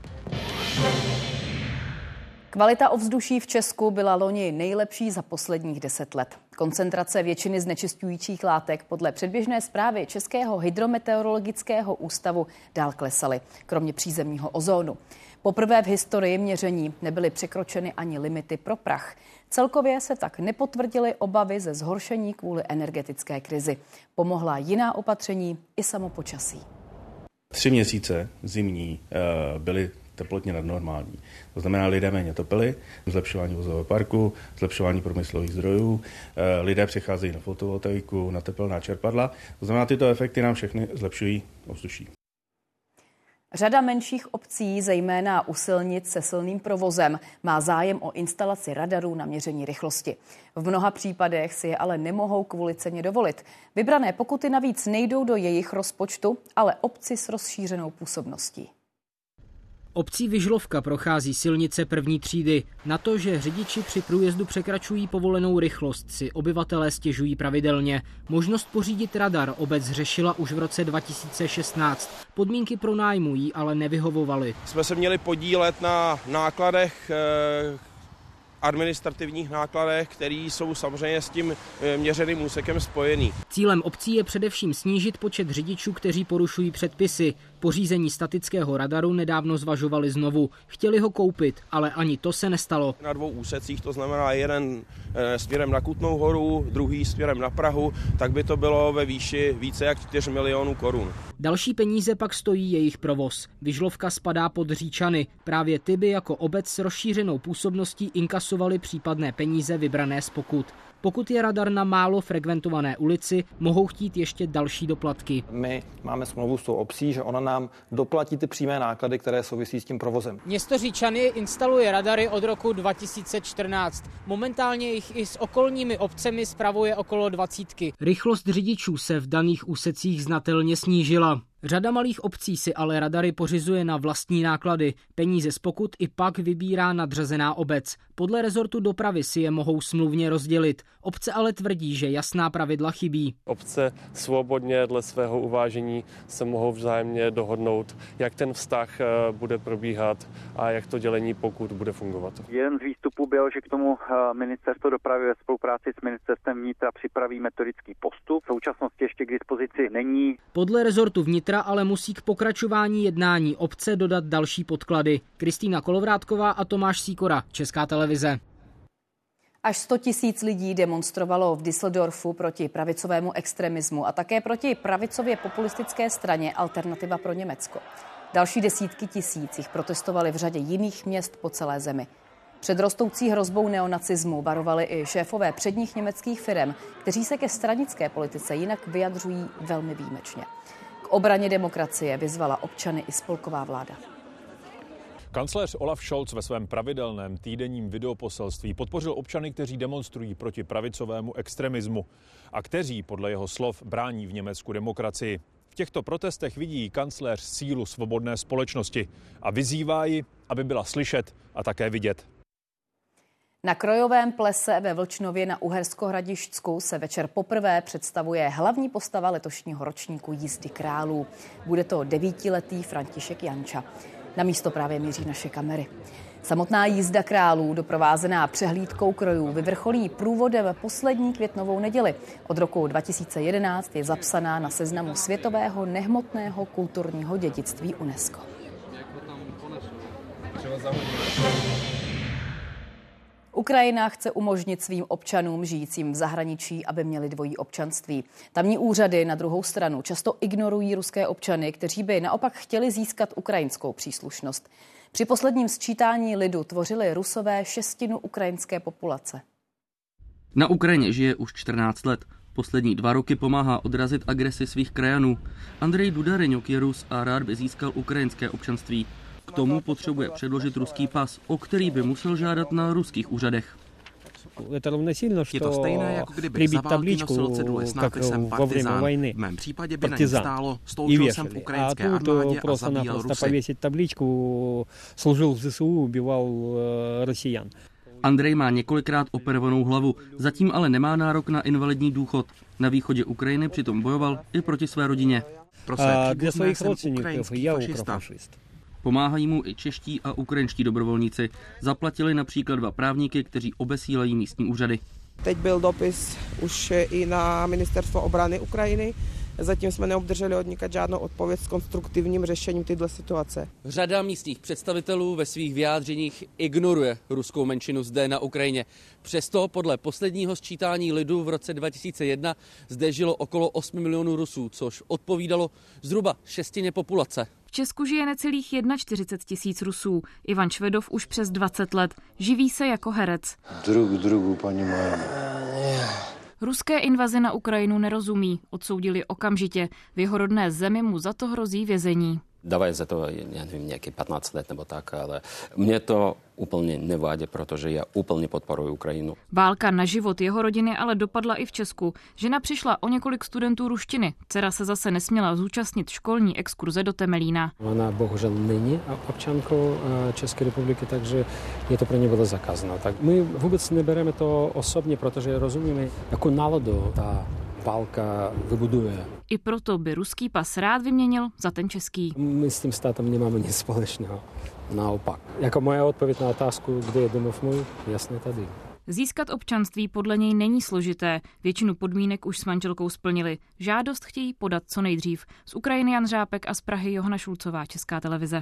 Kvalita ovzduší v Česku byla loni nejlepší za posledních deset let. Koncentrace většiny znečišťujících látek podle předběžné zprávy Českého hydrometeorologického ústavu dál klesaly, kromě přízemního ozónu. Poprvé v historii měření nebyly překročeny ani limity pro prach. Celkově se tak nepotvrdily obavy ze zhoršení kvůli energetické krizi. Pomohla jiná opatření i samo počasí. Tři měsíce zimní byly teplotně nadnormální. To znamená, lidé méně topili, zlepšování vozového parku, zlepšování průmyslových zdrojů, lidé přecházejí na fotovoltaiku, na tepelná čerpadla. To znamená, tyto efekty nám všechny zlepšují ovzduší. Řada menších obcí, zejména u silnic se silným provozem, má zájem o instalaci radarů na měření rychlosti. V mnoha případech si je ale nemohou kvůli ceně dovolit. Vybrané pokuty navíc nejdou do jejich rozpočtu, ale obci s rozšířenou působností. Obcí Vyžlovka prochází silnice první třídy. Na to, že řidiči při průjezdu překračují povolenou rychlost, si obyvatelé stěžují pravidelně. Možnost pořídit radar obec řešila už v roce dva tisíce šestnáct. Podmínky pro nájmu jí ale nevyhovovaly. Jsme se měli podílet na nákladech, administrativních nákladech, které jsou samozřejmě s tím měřeným úsekem spojený. Cílem obcí je především snížit počet řidičů, kteří porušují předpisy. Pořízení statického radaru nedávno zvažovali znovu. Chtěli ho koupit, ale ani to se nestalo. Na dvou úsecích, to znamená jeden směrem na Kutnou Horu, druhý směrem na Prahu, tak by to bylo ve výši více jak čtyři milionů korun. Další peníze pak stojí jejich provoz. Vyžlovka spadá pod Říčany. Právě ty by jako obec s rozšířenou působností inkasovali případné peníze vybrané z pokut. Pokud je radar na málo frekventované ulici, mohou chtít ještě další doplatky. My máme smlouvu s tou obcí, že ona nám doplatí ty přímé náklady, které souvisí s tím provozem. Město Říčany instaluje radary od roku dva tisíce čtrnáct. Momentálně jich i s okolními obcemi spravuje okolo dvacítky. Rychlost řidičů se v daných úsecích znatelně snížila. Řada malých obcí si ale radary pořizuje na vlastní náklady. Peníze z pokut i pak vybírá nadřazená obec. Podle rezortu dopravy si je mohou smluvně rozdělit. Obce ale tvrdí, že jasná pravidla chybí. Obce svobodně dle svého uvážení se mohou vzájemně dohodnout, jak ten vztah bude probíhat a jak to dělení pokut bude fungovat. Jeden z výstupů byl, že k tomu ministerstvo dopravy ve spolupráci s ministerstvem vnitra připraví metodický postup. V současnosti ještě k dispozici není. Podle rezortu vnitra ale musí k pokračování jednání obce dodat další podklady. Kristýna Kolovrátková a Tomáš Sýkora, Česká televize. Až sto tisíc lidí demonstrovalo v Düsseldorfu proti pravicovému extremismu a také proti pravicově populistické straně Alternativa pro Německo. Další desítky tisíc jich protestovali v řadě jiných měst po celé zemi. Před rostoucí hrozbou neonacismu varovali i šéfové předních německých firem, kteří se ke stranické politice jinak vyjadřují velmi výjimečně. K obraně demokracie vyzvala občany i spolková vláda. Kancléř Olaf Scholz ve svém pravidelném týdenním videoposelství podpořil občany, kteří demonstrují proti pravicovému extremismu a kteří podle jeho slov brání v Německu demokracii. V těchto protestech vidí kancléř sílu svobodné společnosti a vyzývá ji, aby byla slyšet a také vidět. Na krojovém plese ve Vlčnově na Uhersko-Hradišťsku se večer poprvé představuje hlavní postava letošního ročníku jízdy králů. Bude to devítiletý František Janča. Na místo právě míří naše kamery. Samotná jízda králů, doprovázená přehlídkou krojů, vyvrcholí průvodem poslední květnovou neděli. Od roku dva tisíce jedenáct je zapsaná na seznamu světového nehmotného kulturního dědictví UNESCO. Ukrajina chce umožnit svým občanům žijícím v zahraničí, aby měli dvojí občanství. Tamní úřady na druhou stranu často ignorují ruské občany, kteří by naopak chtěli získat ukrajinskou příslušnost. Při posledním sčítání lidu tvořili Rusové šestinu ukrajinské populace. Na Ukrajině žije už čtrnáct let. Poslední dva roky pomáhá odrazit agresi svých krajanů. Andrej Dudareňok je Rus a rád by získal ukrajinské občanství. K tomu potřebuje předložit ruský pas, o který by musel žádat na ruských úřadech. Je to stejné, jako kdyby za války nosil cedule s nápisem partizán. V mém případě by na ní stálo, sloužil jsem v ukrajinské armádě a zabíjel Rusy. Sloužil v ЗСУ, убивал россиян. Andrej má několikrát operovanou hlavu, zatím ale nemá nárok na invalidní důchod. Na východě Ukrajiny přitom bojoval i proti své rodině. Pro své příbuzné jsem ukrajinský fašista. Pomáhají mu i čeští a ukrajinští dobrovolníci. Zaplatili například dva právníky, kteří obesílají místní úřady. Teď byl dopis už i na ministerstvo obrany Ukrajiny. Zatím jsme neobdrželi od nikoho žádnou odpověď s konstruktivním řešením této situace. Řada místních představitelů ve svých vyjádřeních ignoruje ruskou menšinu zde na Ukrajině. Přesto podle posledního sčítání lidu v roce dva tisíce jedna zde žilo okolo osmi milionů Rusů, což odpovídalo zhruba šestině populace. V Česku žije necelých čtyřicet tisíc Rusů. Ivan Švedov už přes dvacet let. Živí se jako herec. Drug drugu, paní moje. Ruské invazi na Ukrajinu nerozumí. Odsoudili okamžitě. V jeho rodné zemi mu za to hrozí vězení. Dávají za to, já nevím, nějaký patnáct let nebo tak, ale mě to úplně nevadí, protože já úplně podporuji Ukrajinu. Válka na život jeho rodiny ale dopadla i v Česku. Žena přišla o několik studentů ruštiny. Dcera se zase nesměla zúčastnit školní exkurze do Temelína. Ona bohužel není občankou České republiky, takže je to pro ně bylo zakázáno. Tak my vůbec nebereme to osobně, protože rozumíme, jakou náladu ta válka vybuduje. I proto by ruský pas rád vyměnil za ten český. My s tím státem nemáme nic společného. Naopak. Jako moje odpověď na otázku, kde je domov můj, jasně tady. Získat občanství podle něj není složité. Většinu podmínek už s manželkou splnili. Žádost chtějí podat co nejdřív. Z Ukrajiny Jan Řápek a z Prahy Johana Šulcová, Česká televize.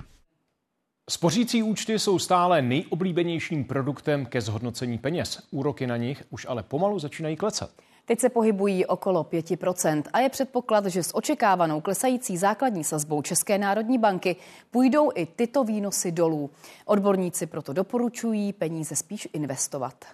Spořící účty jsou stále nejoblíbenějším produktem ke zhodnocení peněz. Úroky na nich už ale pomalu začínají klecat. Teď se pohybují okolo pět procent a je předpoklad, že s očekávanou klesající základní sazbou České národní banky půjdou i tyto výnosy dolů. Odborníci proto doporučují peníze spíš investovat.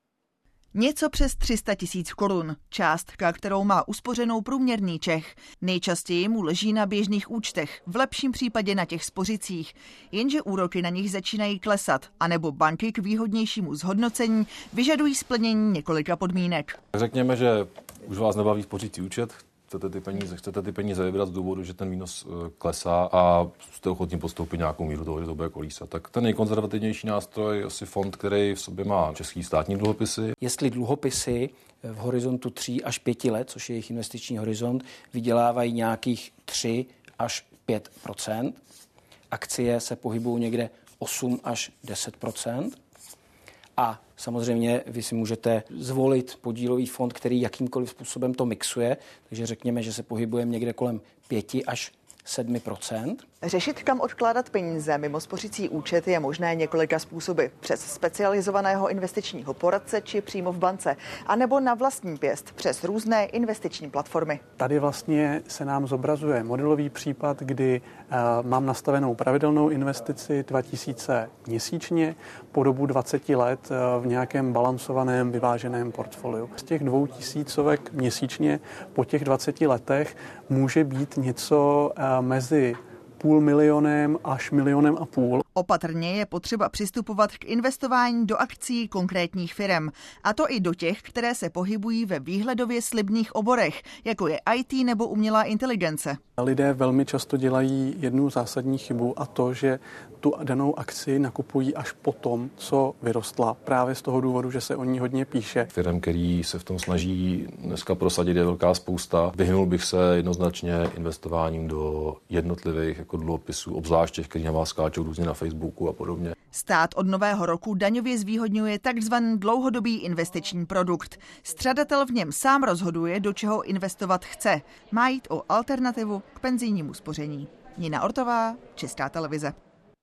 Něco přes tři sta tisíc korun, částka, kterou má uspořenou průměrný Čech. Nejčastěji mu leží na běžných účtech, v lepším případě na těch spořicích. Jenže úroky na nich začínají klesat, anebo banky k výhodnějšímu zhodnocení vyžadují splnění několika podmínek. Řekněme, že už vás nebaví spořící účet, chcete ty peníze, chcete ty peníze vybrat z důvodu, že ten výnos klesá a jste ochotní podstoupit nějakou míru toho, že to bude kolísat. Tak ten nejkonzervativnější nástroj je asi fond, který v sobě má český státní dluhopisy. Jestli dluhopisy v horizontu tří až pěti let, což je jejich investiční horizont, vydělávají nějakých tři až pět procent, akcie se pohybují někde osm až deset procent. A samozřejmě vy si můžete zvolit podílový fond, který jakýmkoliv způsobem to mixuje, takže řekněme, že se pohybujeme někde kolem pět až sedm procent. Řešit, kam odkládat peníze mimo spořící účet je možné několika způsoby. Přes specializovaného investičního poradce či přímo v bance, anebo na vlastní pěst přes různé investiční platformy. Tady vlastně se nám zobrazuje modelový případ, kdy uh, mám nastavenou pravidelnou investici dva tisíce měsíčně po dobu dvacet let uh, v nějakém balancovaném, vyváženém portfoliu. Z těch dvou tisícovek měsíčně po těch dvaceti letech může být něco uh, mezi půl milionem až milionem a půl. Opatrně je potřeba přistupovat k investování do akcí konkrétních firem. A to i do těch, které se pohybují ve výhledově slibných oborech, jako je í té nebo umělá inteligence. Lidé velmi často dělají jednu zásadní chybu a to, že tu danou akci nakupují až potom, co vyrostla. Právě z toho důvodu, že se o ní hodně píše. Firem, který se v tom snaží dneska prosadit, je velká spousta. Vyhnul bych se jednoznačně investováním do jednotlivých jako dluhopisů, obzvlášť těch, který na vás skáčou různě na Facebooku a podobně. Stát od nového roku daňově zvýhodňuje takzvaný dlouhodobý investiční produkt. Střadatel v něm sám rozhoduje, do čeho investovat chce. Má jít o alternativu k penzijnímu spoření. Nina Ortová, Česká televize.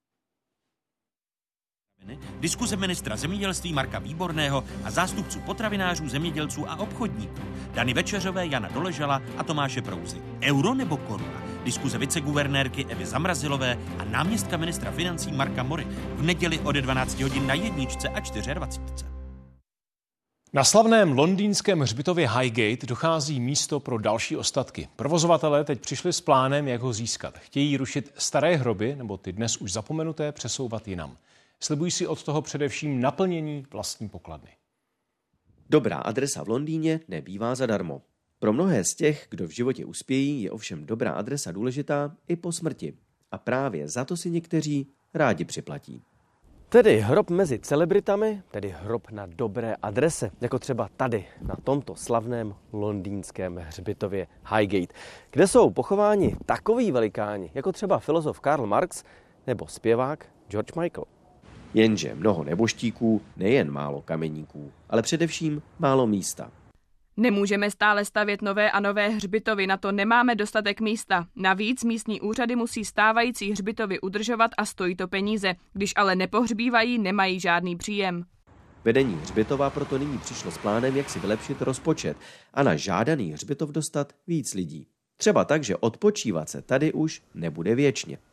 Diskuze ministra zemědělství Marka Výborného a zástupců potravinářů, zemědělců a obchodníků. Dany Večeřové, Jana Doležala a Tomáše Prouzy. Euro nebo koruna? Diskuze viceguvernérky Evy Zamrazilové a náměstka ministra financí Marka Mory v neděli od dvanácti hodin na jedničce a dvacet čtyři. Na slavném londýnském hřbitově Highgate dochází místo pro další ostatky. Provozovatelé teď přišli s plánem, jak ho získat. Chtějí rušit staré hroby nebo ty dnes už zapomenuté přesouvat jinam. Slibují si od toho především naplnění vlastní pokladny. Dobrá adresa v Londýně nebývá zadarmo. Pro mnohé z těch, kdo v životě uspějí, je ovšem dobrá adresa důležitá i po smrti. A právě za to si někteří rádi připlatí. Tedy hrob mezi celebritami, tedy hrob na dobré adrese, jako třeba tady, na tomto slavném londýnském hřbitově Highgate, kde jsou pochováni takoví velikáni, jako třeba filozof Karl Marx nebo zpěvák George Michael. Jenže mnoho neboštíků, nejen málo kameníků, ale především málo místa. Nemůžeme stále stavět nové a nové hřbitovy, na to nemáme dostatek místa. Navíc místní úřady musí stávající hřbitovy udržovat a stojí to peníze. Když ale nepohřbívají, nemají žádný příjem. Vedení hřbitova proto nyní přišlo s plánem, jak si vylepšit rozpočet a na žádaný hřbitov dostat víc lidí. Třeba tak, že odpočívat se tady už nebude věčně.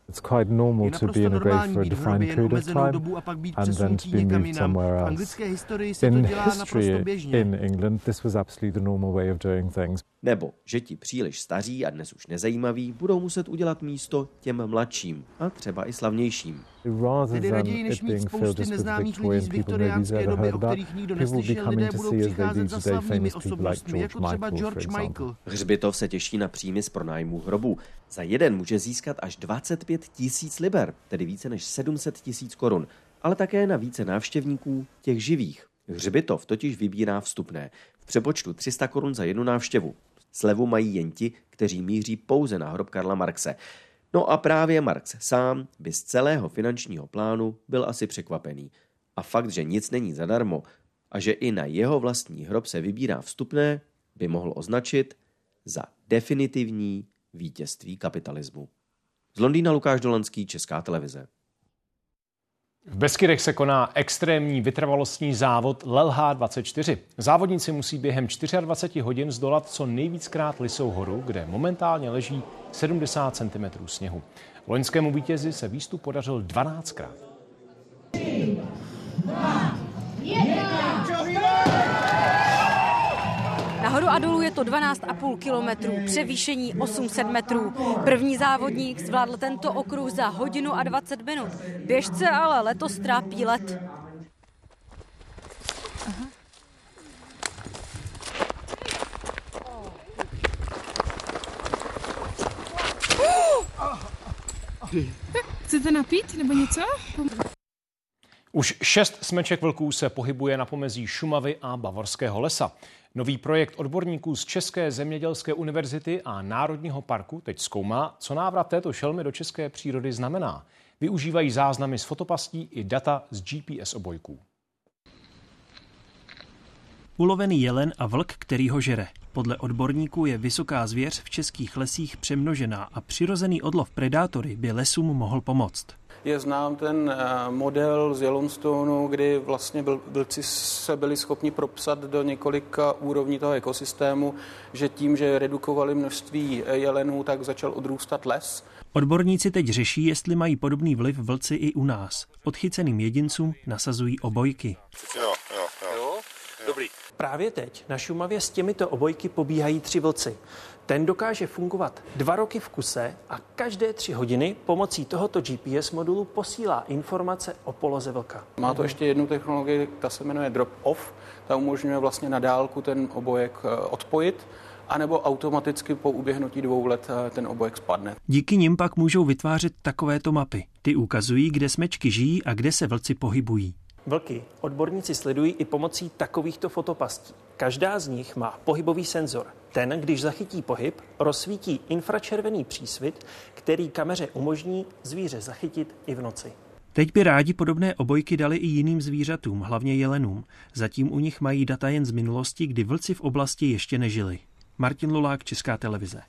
It's quite normal to be in a grave for a defined period of time and then to be moved somewhere else. In history in England, this was absolutely the normal way of doing things. Nebo, že ti příliš staří a dnes už nezajímaví budou muset udělat místo těm mladším a třeba i slavnějším. Tedy raději než mít spousty neznámých lidí z viktoriánské doby, o kterých nikdo neslyšel, lidé budou přicházet za slavnými osobnostmi, jako třeba George Michael. Hřbitov se těší na příjmy z pronájmu hrobu. Za jeden může získat až dvacet pět tisíc liber, tedy více než sedm set tisíc korun, ale také na více návštěvníků těch živých. Hřbitov totiž vybírá vstupné. V přepočtu tři sta korun za jednu návštěvu. Slevu mají jen ti, kteří míří pouze na hrob Karla Marxe. No a právě Marx sám by z celého finančního plánu byl asi překvapený. A fakt, že nic není zadarmo a že i na jeho vlastní hrob se vybírá vstupné, by mohl označit za definitivní vítězství kapitalismu. Z Londýna Lukáš Dolanský, Česká televize. V Beskydech se koná extrémní vytrvalostní závod L L H dvacet čtyři. Závodníci musí během dvacet čtyři hodin zdolat co nejvíckrát Lisou horu, kde momentálně leží sedmdesát centimetrů sněhu. Loňskému vítězi se výstup podařil dvanáctkrát. Nahoru a dolů je to dvanáct a půl kilometrů, převýšení osm set metrů. První závodník zvládl tento okruh za hodinu a dvacet minut. Běžce ale letos trápí led. Aha. Chcete napít nebo něco? Už šest smeček vlků se pohybuje na pomezí Šumavy a Bavorského lesa. Nový projekt odborníků z České zemědělské univerzity a Národního parku teď zkoumá, co návrat této šelmy do české přírody znamená. Využívají záznamy z fotopastí i data z G P S obojků. Ulovený jelen a vlk, který ho žere. Podle odborníků je vysoká zvěř v českých lesích přemnožená a přirozený odlov predátory by lesům mohl pomoct. Je znám ten model z Yellowstoneu, kdy vlastně vlci se byli schopni propsat do několika úrovní toho ekosystému, že tím, že redukovali množství jelenů, tak začal odrůstat les. Odborníci teď řeší, jestli mají podobný vliv vlci i u nás. Podchyceným jedincům nasazují obojky. Jo, jo, jo. Dobrý. Právě teď na Šumavě s těmito obojky pobíhají tři vlci. Ten dokáže fungovat dva roky v kuse a každé tři hodiny pomocí tohoto G P S modulu posílá informace o poloze vlka. Má to ještě jednu technologii, ta se jmenuje drop-off, ta umožňuje vlastně na dálku ten obojek odpojit, anebo automaticky po uběhnutí dvou let ten obojek spadne. Díky nim pak můžou vytvářet takovéto mapy. Ty ukazují, kde smečky žijí a kde se vlci pohybují. Vlky odborníci sledují i pomocí takovýchto fotopastí. Každá z nich má pohybový senzor. Ten, když zachytí pohyb, rozsvítí infračervený přísvit, který kameře umožní zvíře zachytit i v noci. Teď by rádi podobné obojky dali i jiným zvířatům, hlavně jelenům. Zatím u nich mají data jen z minulosti, kdy vlci v oblasti ještě nežili. Martin Lulák, Česká televize.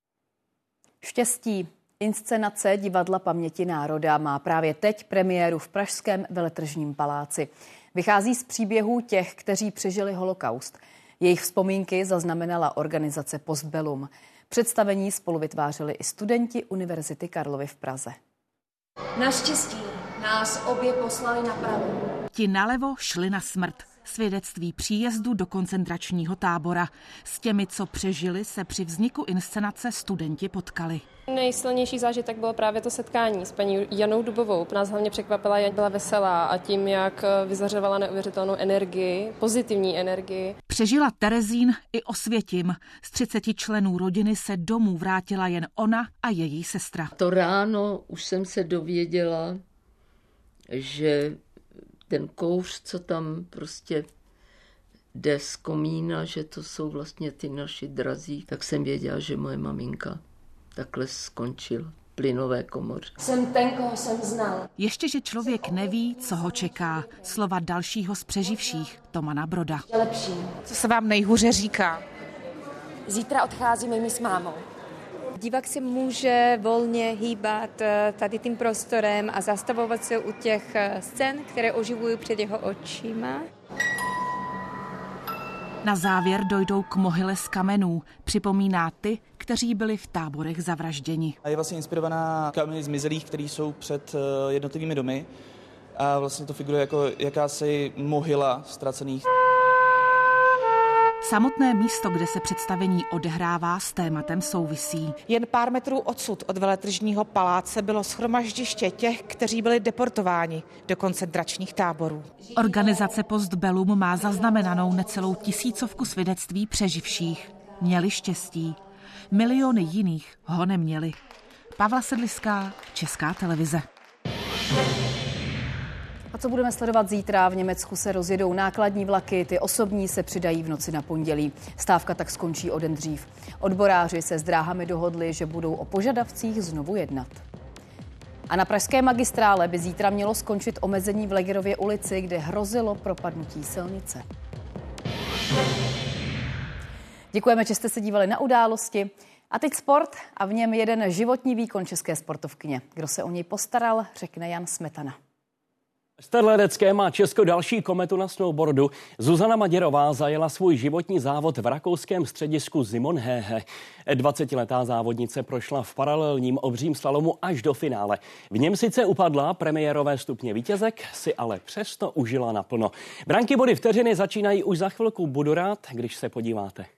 Štěstí. Inscenace Divadla paměti národa má právě teď premiéru v pražském Veletržním paláci. Vychází z příběhů těch, kteří přežili holokaust. Jejich vzpomínky zaznamenala organizace Postbellum. Představení spolu vytvářeli i studenti Univerzity Karlovy v Praze. Naštěstí nás obě poslali napravo. Ti nalevo šli na smrt. Svědectví příjezdu do koncentračního tábora. S těmi, co přežili, se při vzniku inscenace studenti potkali. Nejsilnější zážitek bylo právě to setkání s paní Janou Dubovou. Nás hlavně překvapila, jak byla veselá a tím, jak vyzařovala neuvěřitelnou energii, pozitivní energii. Přežila Terezín i Osvětim. Z třiceti členů rodiny se domů vrátila jen ona a její sestra. To ráno už jsem se dověděla, že ten kouř, co tam prostě jde z komína, že to jsou vlastně ty naši drazí, tak jsem věděla, že moje maminka takhle skončila v plynové komoře. Jsem ten, koho jsem znal. Ještě, že člověk neví, co ho čeká. Slova dalšího z přeživších, Tomana Broda. Je lepší. Co se vám nejhůře říká? Zítra odcházíme my s mámou. Divák se může volně hýbat tady tím prostorem a zastavovat se u těch scén, které oživují před jeho očima. Na závěr dojdou k mohyle z kamenů. Připomíná ty, kteří byli v táborech zavražděni. Je vlastně inspirovaná kameny zmizelých, které jsou před jednotlivými domy. A vlastně to figuruje jako jakási mohyla ztracených. Samotné místo, kde se představení odehrává, s tématem souvisí. Jen pár metrů odsud od veletržního paláce bylo shromaždiště těch, kteří byli deportováni do koncentračních táborů. Organizace Postbellum má zaznamenanou necelou tisícovku svědectví přeživších. Měli štěstí. Miliony jiných ho neměli. Pavla Sedliská, Česká televize. A co budeme sledovat zítra? V Německu se rozjedou nákladní vlaky, ty osobní se přidají v noci na pondělí. Stávka tak skončí o den dřív. Odboráři se s dráhami dohodli, že budou o požadavcích znovu jednat. A na pražské magistrále by zítra mělo skončit omezení v Legerově ulici, kde hrozilo propadnutí silnice. Děkujeme, že jste se dívali na Události. A teď sport a v něm jeden životní výkon české sportovkyně. Kdo se o něj postaral, řekne Jan Smetana. Sterledecké má Česko další kometu na snowboardu. Zuzana Maděrová zajela svůj životní závod v rakouském středisku Simonhehe. dvacetiletá závodnice prošla v paralelním obřím slalomu až do finále. V něm sice upadla, premiérové stupně vítězek si ale přesto užila naplno. Branky body vteřiny začínají už za chvilku. Budu rád, když se podíváte.